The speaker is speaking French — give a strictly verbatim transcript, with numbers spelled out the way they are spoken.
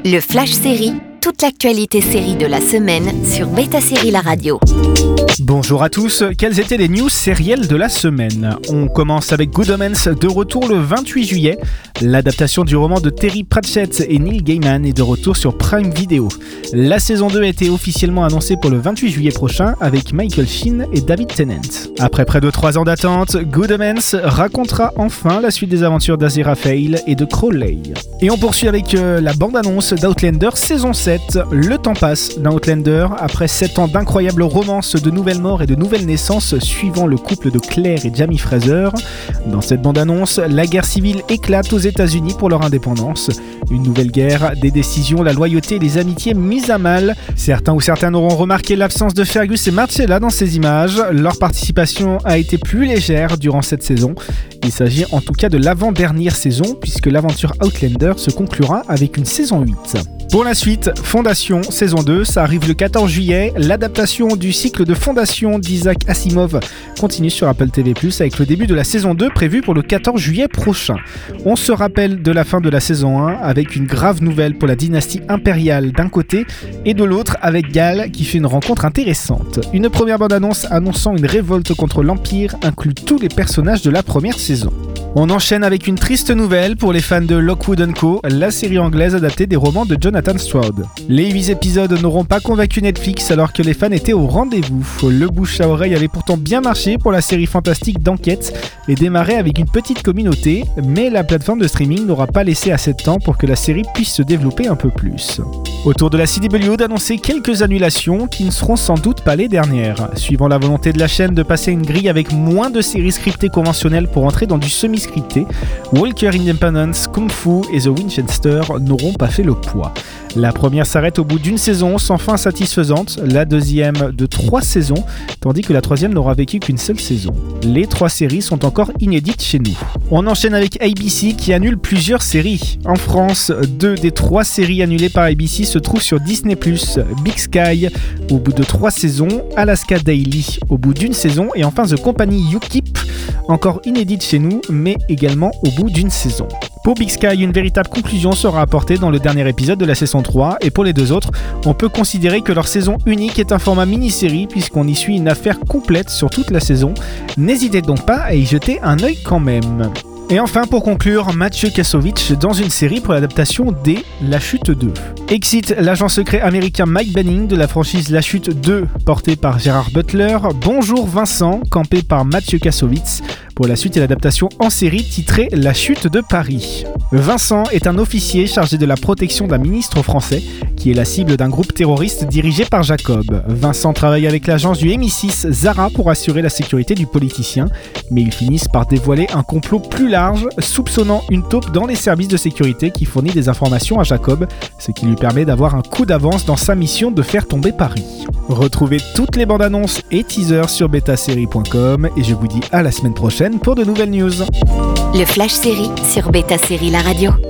Le Flash Série, toute l'actualité série de la semaine sur Beta Série La Radio. Bonjour à tous, quelles étaient les news sérielles de la semaine ? On commence avec Good Omens, de retour le vingt-huit juillet. L'adaptation du roman de Terry Pratchett et Neil Gaiman est de retour sur Prime Video. La saison deux a été officiellement annoncée pour le vingt-huit juillet prochain avec Michael Sheen et David Tennant. Après près de trois ans d'attente, Good Omens racontera enfin la suite des aventures d'Aziraphale et de Crowley. Et on poursuit avec euh, la bande-annonce d'Outlander saison sept. Le temps passe dans Outlander après sept ans d'incroyables romances, de nouvelles morts et de nouvelles naissances suivant le couple de Claire et Jamie Fraser. Dans cette bande-annonce, la guerre civile éclate aux États-Unis pour leur indépendance. Une nouvelle guerre, des décisions, la loyauté et les amitiés mises à mal. Certains ou certaines auront remarqué l'absence de Fergus et Marcella dans ces images. Leur participation a été plus légère durant cette saison. Il s'agit en tout cas de l'avant-dernière saison puisque l'aventure Outlander se conclura avec une saison huit. Pour la suite, Fondation, saison deux, ça arrive le quatorze juillet. L'adaptation du cycle de Fondation d'Isaac Asimov continue sur Apple T V plus, avec le début de la saison deux prévu pour le quatorze juillet prochain. On se rappelle de la fin de la saison un avec une grave nouvelle pour la dynastie impériale d'un côté et de l'autre avec Gal qui fait une rencontre intéressante. Une première bande-annonce annonçant une révolte contre l'Empire inclut tous les personnages de la première saison. On enchaîne avec une triste nouvelle pour les fans de Lockwood and Co, la série anglaise adaptée des romans de Jonathan Stroud. Les huit épisodes n'auront pas convaincu Netflix alors que les fans étaient au rendez-vous. Le bouche à oreille avait pourtant bien marché pour la série fantastique d'enquête et démarrait avec une petite communauté, mais la plateforme de streaming n'aura pas laissé assez de temps pour que la série puisse se développer un peu plus. Autour de la C W d'annoncer quelques annulations qui ne seront sans doute pas les dernières. Suivant la volonté de la chaîne de passer une grille avec moins de séries scriptées conventionnelles pour entrer dans du semi-scripté, Walker Independence, Kung Fu et The Winchester n'auront pas fait le poids. La première s'arrête au bout d'une saison sans fin satisfaisante, la deuxième de trois saisons, tandis que la troisième n'aura vécu qu'une seule saison. Les trois séries sont encore inédites chez nous. On enchaîne avec A B C qui annule plusieurs séries. En France, deux des trois séries annulées par A B C se trouvent sur Disney plus, Big Sky au bout de trois saisons, Alaska Daily au bout d'une saison et enfin The Company You Keep, encore inédite chez nous mais également au bout d'une saison. Pour Big Sky, une véritable conclusion sera apportée dans le dernier épisode de la saison trois et pour les deux autres, on peut considérer que leur saison unique est un format mini-série puisqu'on y suit une affaire complète sur toute la saison. N'hésitez donc pas à y jeter un œil quand même. Et enfin, pour conclure, Mathieu Kassovitz dans une série pour l'adaptation des La Chute deux. Excite l'agent secret américain Mike Banning de la franchise La Chute deux, portée par Gérard Butler. Bonjour Vincent, campé par Mathieu Kassovitz, pour la suite et l'adaptation en série titrée La Chute de Paris. Vincent est un officier chargé de la protection d'un ministre français qui est la cible d'un groupe terroriste dirigé par Jacob. Vincent travaille avec l'agence du M I six Zara pour assurer la sécurité du politicien, mais ils finissent par dévoiler un complot plus large, soupçonnant une taupe dans les services de sécurité qui fournit des informations à Jacob, ce qui lui permet d'avoir un coup d'avance dans sa mission de faire tomber Paris. Retrouvez toutes les bandes annonces et teasers sur beta série point com et je vous dis à la semaine prochaine pour de nouvelles news. Le Flash Série sur Beta Série La Radio.